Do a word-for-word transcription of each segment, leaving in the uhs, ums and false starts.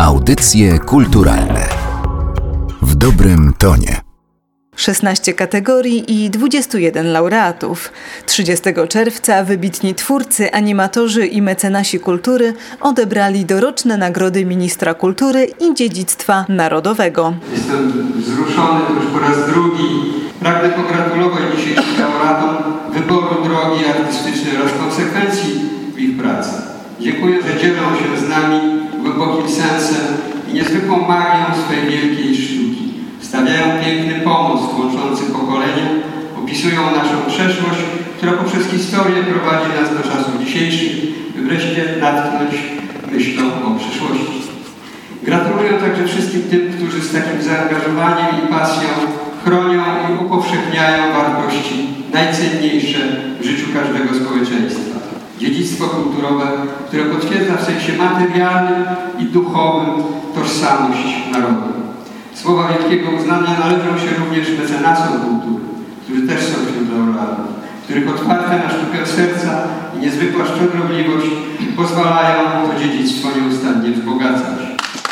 Audycje kulturalne w dobrym tonie. szesnaście kategorii i dwudziestu jeden laureatów. trzydziestego czerwca wybitni twórcy, animatorzy i mecenasi kultury odebrali doroczne nagrody ministra kultury i dziedzictwa narodowego. Jestem wzruszony już po raz drugi. Pragnę pogratulować dzisiejszym laureatom wyboru drogi artystycznej oraz konsekwencji w ich pracy. Dziękuję, że dzielą się z nami głębokim sensem i niezwykłą magią swej wielkiej sztuki. Stawiają piękny pomost łączący pokolenia, opisują naszą przeszłość, która poprzez historię prowadzi nas do czasów dzisiejszych, by wreszcie natknąć myślą o przyszłości. Gratuluję także wszystkim tym, którzy z takim zaangażowaniem i pasją chronią i upowszechniają wartości najcenniejsze w życiu każdego społeczeństwa. Dziedzictwo kulturowe, które potwierdza w sensie materialnym i duchowym tożsamość narodu. Słowa wielkiego uznania należą się również mecenasom kultury, którzy też są wśród laureatów, których otwarte na sztukę serca i niezwykła szczodrobliwość pozwalają to dziedzictwo nieustannie wzbogacać.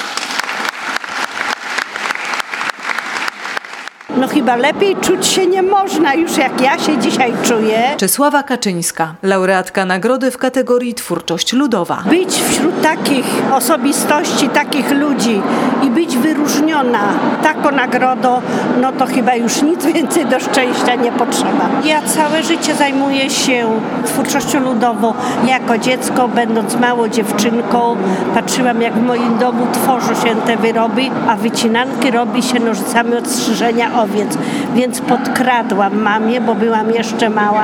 No chyba lepiej czuć się nie można już jak ja się dzisiaj czuję. Czesława Kaczyńska, laureatka nagrody w kategorii Twórczość Ludowa. Być wśród takich osobistości, takich ludzi i być wyróżniona taką nagrodą, no to chyba już nic więcej do szczęścia nie potrzeba. Ja całe życie zajmuję się twórczością ludową. Jako dziecko, będąc małą dziewczynką, patrzyłam jak w moim domu tworzą się te wyroby, a wycinanki robi się nożycami od strzyżenia owiec, więc podkradłam mamie, bo byłam jeszcze mała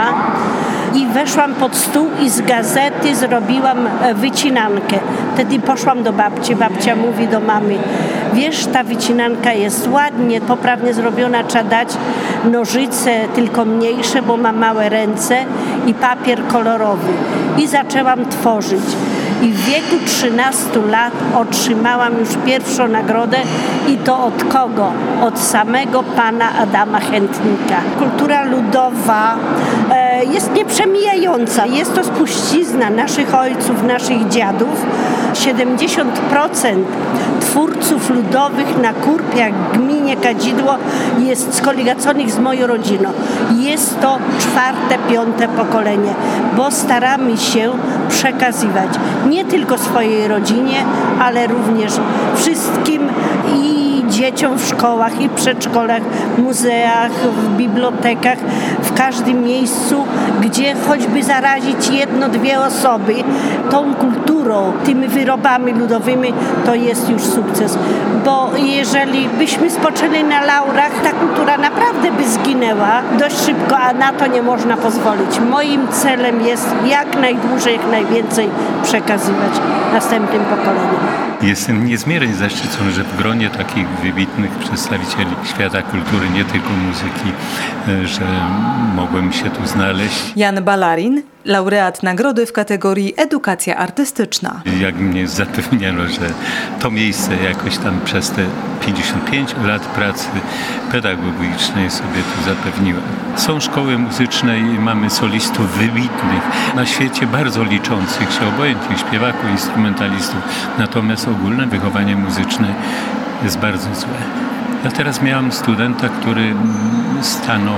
i weszłam pod stół i z gazety zrobiłam wycinankę. Wtedy poszłam do babci, babcia mówi do mamy: wiesz, ta wycinanka jest ładnie, poprawnie zrobiona, trzeba dać nożyce tylko mniejsze, bo mam małe ręce i papier kolorowy. I zaczęłam tworzyć. I w wieku trzynastu lat otrzymałam już pierwszą nagrodę i to od kogo? Od samego pana Adama Chętnika. Kultura ludowa e, jest nieprzemijająca. Jest to spuścizna naszych ojców, naszych dziadów. siedemdziesiąt procent twórców ludowych na Kurpiach, gminie Kadzidło jest skoligaconych z moją rodziną. Jest to czwarte, piąte pokolenie, bo staramy się przekazywać nie tylko swojej rodzinie, ale również wszystkim i dzieciom w szkołach i przedszkolach, muzeach, w bibliotekach, w każdym miejscu, gdzie choćby zarazić jedno, dwie osoby tą kulturą, tymi wyrobami ludowymi, to jest już sukces. Bo jeżeli byśmy spoczęli na laurach, ta kultura naprawdę by zginęła dość szybko, a na to nie można pozwolić. Moim celem jest jak najdłużej, jak najwięcej przekazywać następnym pokoleniom. Jestem niezmiernie zaszczycony, że w gronie takich wybitnych przedstawicieli świata kultury, nie tylko muzyki, że mogłem się tu znaleźć. Jan Balarin, laureat nagrody w kategorii Edukacja Artystyczna. Jak mnie zapewniano, że to miejsce jakoś tam przez te pięćdziesiąt pięć lat pracy pedagogicznej sobie tu zapewniłem. Są szkoły muzyczne i mamy solistów wybitnych, na świecie bardzo liczących się, obojętnie śpiewaków, instrumentalistów. Natomiast ogólne wychowanie muzyczne jest bardzo złe. Ja teraz miałem studenta, który stanął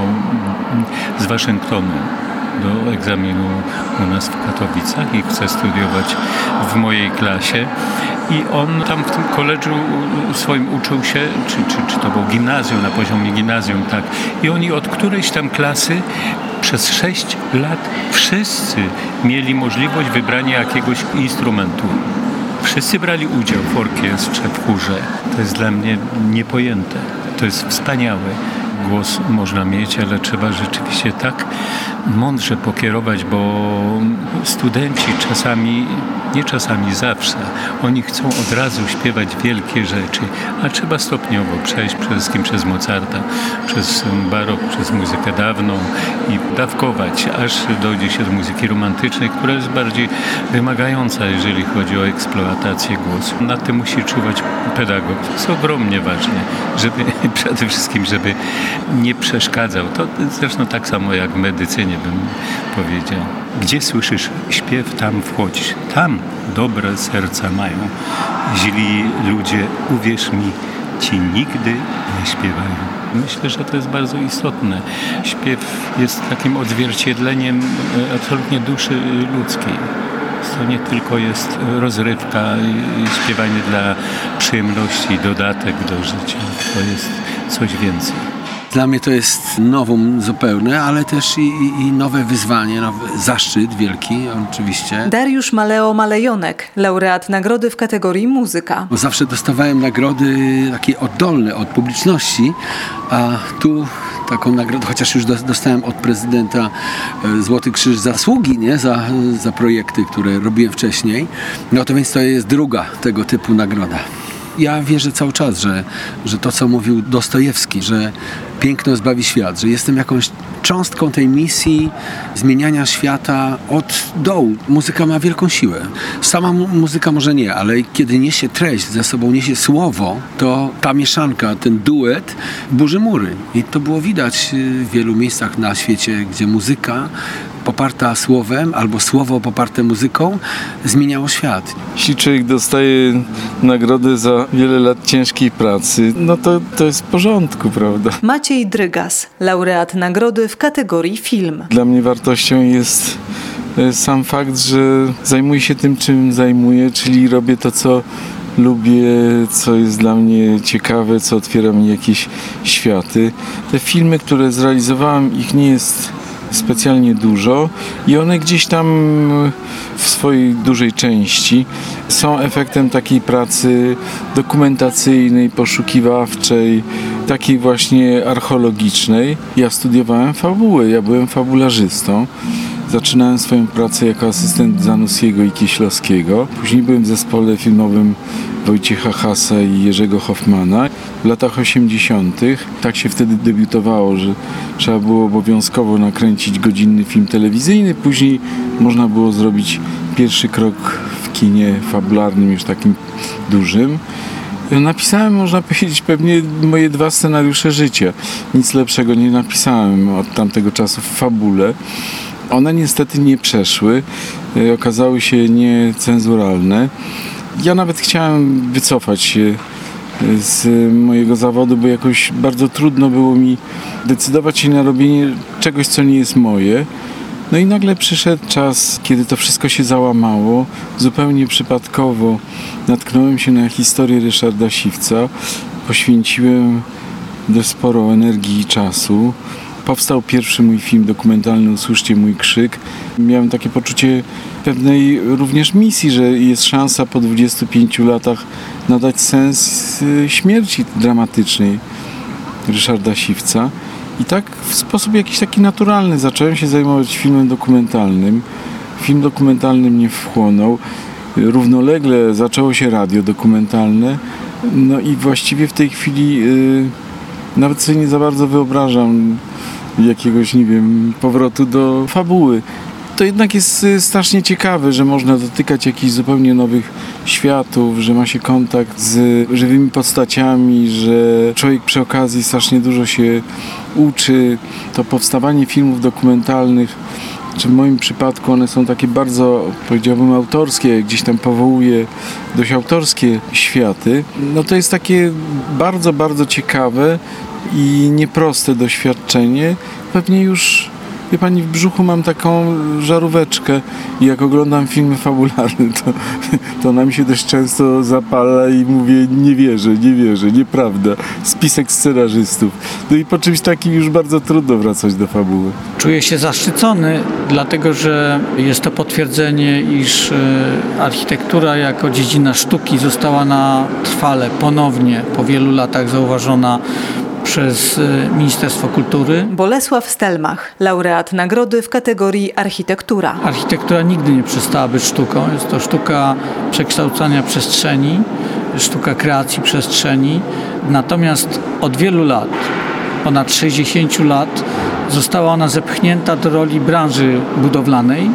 z Waszyngtonu do egzaminu u nas w Katowicach i chce studiować w mojej klasie. I on tam w tym koledżu swoim uczył się, czy, czy, czy to było gimnazjum, na poziomie gimnazjum, tak. I oni od którejś tam klasy przez sześć lat wszyscy mieli możliwość wybrania jakiegoś instrumentu. Wszyscy brali udział w orkiestrze, w chórze. To jest dla mnie niepojęte. To jest wspaniałe. Głos można mieć, ale trzeba rzeczywiście tak mądrze pokierować, bo studenci czasami, nie czasami zawsze, oni chcą od razu śpiewać wielkie rzeczy, a trzeba stopniowo przejść przede wszystkim przez Mozarta, przez barok, przez muzykę dawną i dawkować, aż dojdzie się do muzyki romantycznej, która jest bardziej wymagająca, jeżeli chodzi o eksploatację głosu. Nad tym musi czuwać pedagog. To jest ogromnie ważne, żeby przede wszystkim, żeby nie przeszkadzał. To zresztą tak samo jak w medycynie bym powiedział. Gdzie słyszysz śpiew, tam wchodź. Tam dobre serca mają. Źli ludzie, uwierz mi, ci nigdy nie śpiewają. Myślę, że to jest bardzo istotne. Śpiew jest takim odzwierciedleniem absolutnie duszy ludzkiej. To nie tylko jest rozrywka i śpiewanie dla przyjemności, dodatek do życia. To jest coś więcej. Dla mnie to jest nowum zupełne, ale też i, i, i nowe wyzwanie, nowy zaszczyt wielki oczywiście. Dariusz Maleo Malejonek, laureat nagrody w kategorii muzyka. Bo zawsze dostawałem nagrody takie oddolne od publiczności, a tu taką nagrodę, chociaż już dostałem od prezydenta Złoty Krzyż Zasługi, nie? Za, za projekty, które robiłem wcześniej. No to więc to jest druga tego typu nagroda. Ja wierzę cały czas, że, że to, co mówił Dostojewski, że piękno zbawi świat, że jestem jakąś cząstką tej misji zmieniania świata od dołu. Muzyka ma wielką siłę. Sama mu- muzyka może nie, ale kiedy niesie treść, ze sobą niesie słowo, to ta mieszanka, ten duet burzy mury. I to było widać w wielu miejscach na świecie, gdzie muzyka poparta słowem albo słowo poparte muzyką zmieniało świat. Jeśli człowiek dostaje nagrodę za wiele lat ciężkiej pracy, no to to jest w porządku, prawda? Maciej Drygas, laureat nagrody w kategorii film. Dla mnie wartością jest sam fakt, że zajmuję się tym, czym zajmuję, czyli robię to, co lubię, co jest dla mnie ciekawe, co otwiera mi jakieś światy. Te filmy, które zrealizowałem, ich nie jest specjalnie dużo i one gdzieś tam w swojej dużej części są efektem takiej pracy dokumentacyjnej, poszukiwawczej, takiej właśnie archeologicznej. Ja studiowałem fabułę, ja byłem fabularzystą. Zaczynałem swoją pracę jako asystent Zanussiego i Kieślowskiego. Później byłem w zespole filmowym Wojciecha Hasa i Jerzego Hoffmana. W latach osiemdziesiątych tak się wtedy debiutowało, że trzeba było obowiązkowo nakręcić godzinny film telewizyjny. Później można było zrobić pierwszy krok w kinie fabularnym, już takim dużym. Napisałem, można powiedzieć, pewnie moje dwa scenariusze życia. Nic lepszego nie napisałem od tamtego czasu w fabule. One niestety nie przeszły, okazały się niecenzuralne. Ja nawet chciałem wycofać się z mojego zawodu, bo jakoś bardzo trudno było mi decydować się na robienie czegoś, co nie jest moje. No i nagle przyszedł czas, kiedy to wszystko się załamało. Zupełnie przypadkowo natknąłem się na historię Ryszarda Siwca. Poświęciłem dość sporo energii i czasu. Powstał pierwszy mój film dokumentalny Usłyszcie mój krzyk. Miałem takie poczucie pewnej również misji, że jest szansa po dwudziestu pięciu latach nadać sens śmierci dramatycznej Ryszarda Siwca. I tak w sposób jakiś taki naturalny zacząłem się zajmować filmem dokumentalnym. Film dokumentalny mnie wchłonął. Równolegle zaczęło się radio dokumentalne. No i właściwie w tej chwili yy, nawet sobie nie za bardzo wyobrażam jakiegoś, nie wiem, powrotu do fabuły. To jednak jest strasznie ciekawe, że można dotykać jakichś zupełnie nowych światów, że ma się kontakt z żywymi postaciami, że człowiek przy okazji strasznie dużo się uczy. To powstawanie filmów dokumentalnych, czy w moim przypadku one są takie bardzo, powiedziałbym, autorskie, gdzieś tam powołuje dość autorskie światy. No to jest takie bardzo, bardzo ciekawe i nieproste doświadczenie. Pewnie już, wie pani, w brzuchu mam taką żaróweczkę i jak oglądam filmy fabularne, to, to ona mi się dość często zapala i mówię, nie wierzę, nie wierzę, nieprawda. Spisek scenarzystów. No i po czymś takim już bardzo trudno wracać do fabuły. Czuję się zaszczycony, dlatego że jest to potwierdzenie, iż architektura jako dziedzina sztuki została na trwale, ponownie, po wielu latach zauważona przez Ministerstwo Kultury. Bolesław Stelmach, laureat nagrody w kategorii architektura. Architektura nigdy nie przestała być sztuką. Jest to sztuka przekształcania przestrzeni, sztuka kreacji przestrzeni. Natomiast od wielu lat, ponad sześćdziesięciu lat, została ona zepchnięta do roli branży budowlanej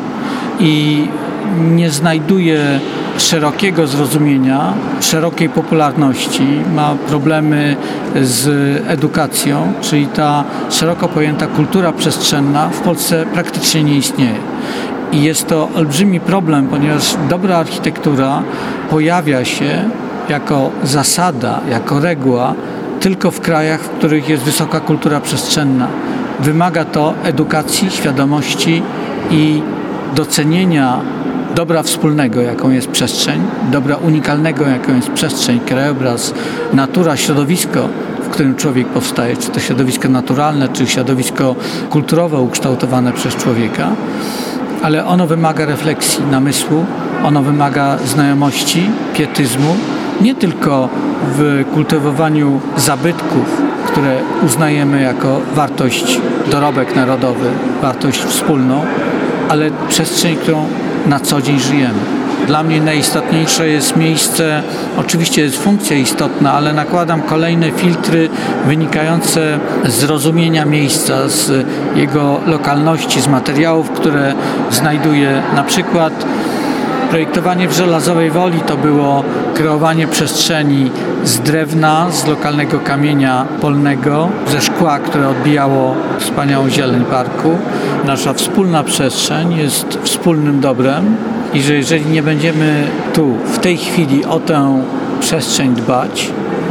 i nie znajduje szerokiego zrozumienia, szerokiej popularności, ma problemy z edukacją, czyli ta szeroko pojęta kultura przestrzenna w Polsce praktycznie nie istnieje. I jest to olbrzymi problem, ponieważ dobra architektura pojawia się jako zasada, jako reguła tylko w krajach, w których jest wysoka kultura przestrzenna. Wymaga to edukacji, świadomości i docenienia dobra wspólnego, jaką jest przestrzeń, dobra unikalnego, jaką jest przestrzeń, krajobraz, natura, środowisko, w którym człowiek powstaje, czy to środowisko naturalne, czy środowisko kulturowe ukształtowane przez człowieka, ale ono wymaga refleksji, namysłu, ono wymaga znajomości, pietyzmu, nie tylko w kultywowaniu zabytków, które uznajemy jako wartość, dorobek narodowy, wartość wspólną, ale przestrzeń, którą na co dzień żyjemy. Dla mnie najistotniejsze jest miejsce, oczywiście jest funkcja istotna, ale nakładam kolejne filtry wynikające z zrozumienia miejsca, z jego lokalności, z materiałów, które znajduję. Na przykład projektowanie w Żelazowej Woli to było kreowanie przestrzeni z drewna, z lokalnego kamienia polnego, ze szkła, które odbijało wspaniałą zieleń parku. Nasza wspólna przestrzeń jest wspólnym dobrem i że jeżeli nie będziemy tu w tej chwili o tę przestrzeń dbać,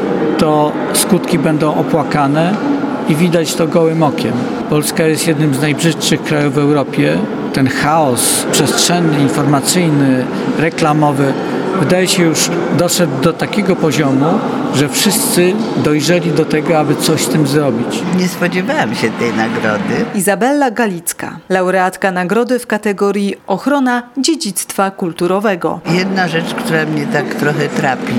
to skutki będą opłakane i widać to gołym okiem. Polska jest jednym z najbrzydszych krajów w Europie. Ten chaos przestrzenny, informacyjny, reklamowy wydaje się już doszedł do takiego poziomu, że wszyscy dojrzeli do tego, aby coś z tym zrobić. Nie spodziewałam się tej nagrody. Izabela Galicka, laureatka nagrody w kategorii Ochrona dziedzictwa kulturowego. Jedna rzecz, która mnie tak trochę trapi,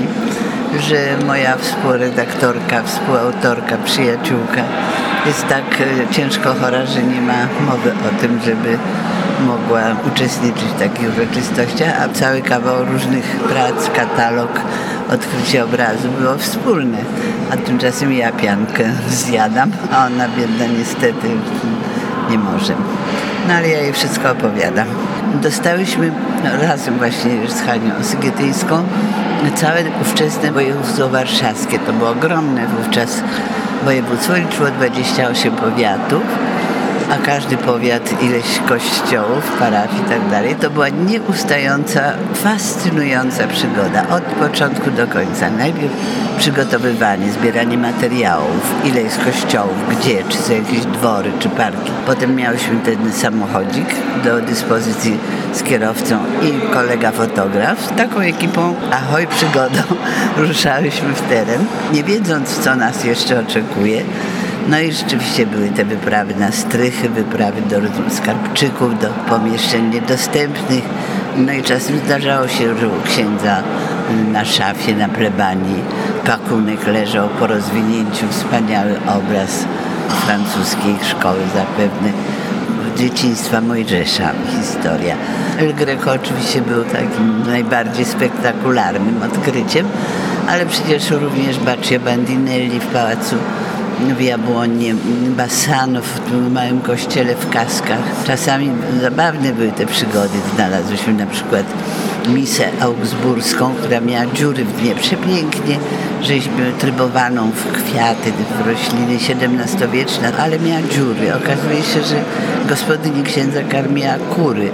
że moja współredaktorka, współautorka, przyjaciółka jest tak ciężko chora, że nie ma mowy o tym, żeby mogła uczestniczyć w takich uroczystościach, a cały kawał różnych prac, katalog, odkrycie obrazu było wspólne. A tymczasem ja piankę zjadam, a ona biedna niestety nie może. No ale ja jej wszystko opowiadam. Dostałyśmy razem właśnie z Hanią Sygietyńską całe ówczesne województwo warszawskie. To było ogromne wówczas województwo, liczyło dwadzieścia osiem powiatów, a każdy powiat ileś kościołów, parafii i tak dalej. To była nieustająca, fascynująca przygoda od początku do końca. Najpierw przygotowywanie, zbieranie materiałów, ile jest kościołów, gdzie, czy są jakieś dwory, czy parki. Potem miałyśmy ten samochodzik do dyspozycji z kierowcą i kolega fotograf. Z taką ekipą, ahoj przygodą, ruszałyśmy w teren, nie wiedząc, co nas jeszcze oczekuje. No i rzeczywiście były te wyprawy na strychy, wyprawy do skarbczyków, do pomieszczeń niedostępnych. No i czasem zdarzało się, że u księdza na szafie, na plebanii pakunek leżał po rozwinięciu, wspaniały obraz francuskiej szkoły zapewne. Dzieciństwa Mojżesza, historia. El Greco oczywiście był takim najbardziej spektakularnym odkryciem, ale przecież również Baccio Bandinelli w pałacu w Jabłonie, Bassano w małym kościele w Kaskach. Czasami zabawne były te przygody. Znalazłyśmy na przykład misę augsburską, która miała dziury w dnie. Przepięknie, żeśmy trybowaną w kwiaty, w rośliny siedemnastowieczne, ale miała dziury. Okazuje się, że gospodyni księdza karmiła kury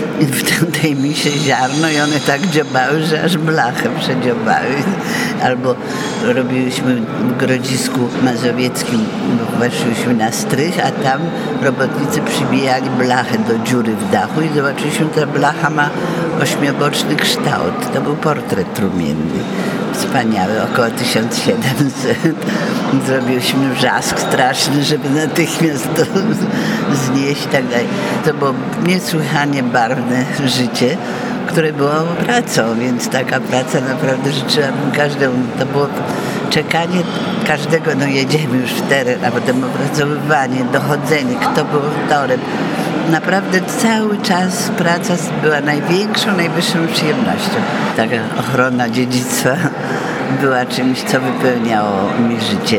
w tej misie ziarno i one tak dziobały, że aż blachę przedziobały. Albo robiliśmy w Grodzisku Mazowieckim, weszliśmy na strych, a tam robotnicy przybijali blachę do dziury w dachu i zobaczyliśmy, że ta blacha ma ośmioboczny kształt. To był portret trumienny. Wspaniały, około tysiąc siedemset. Zrobiliśmy wrzask straszny, żeby natychmiast to znieść i tak dalej. To było niesłychanie barwne życie, które było pracą, więc taka praca naprawdę życzyłabym każdemu. To było czekanie każdego, no jedziemy już w teren, a potem opracowywanie, dochodzenie, kto był autorem. Naprawdę cały czas praca była największą, najwyższą przyjemnością. Taka ochrona dziedzictwa była czymś, co wypełniało mi życie.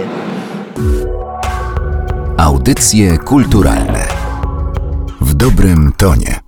Audycje kulturalne w dobrym tonie.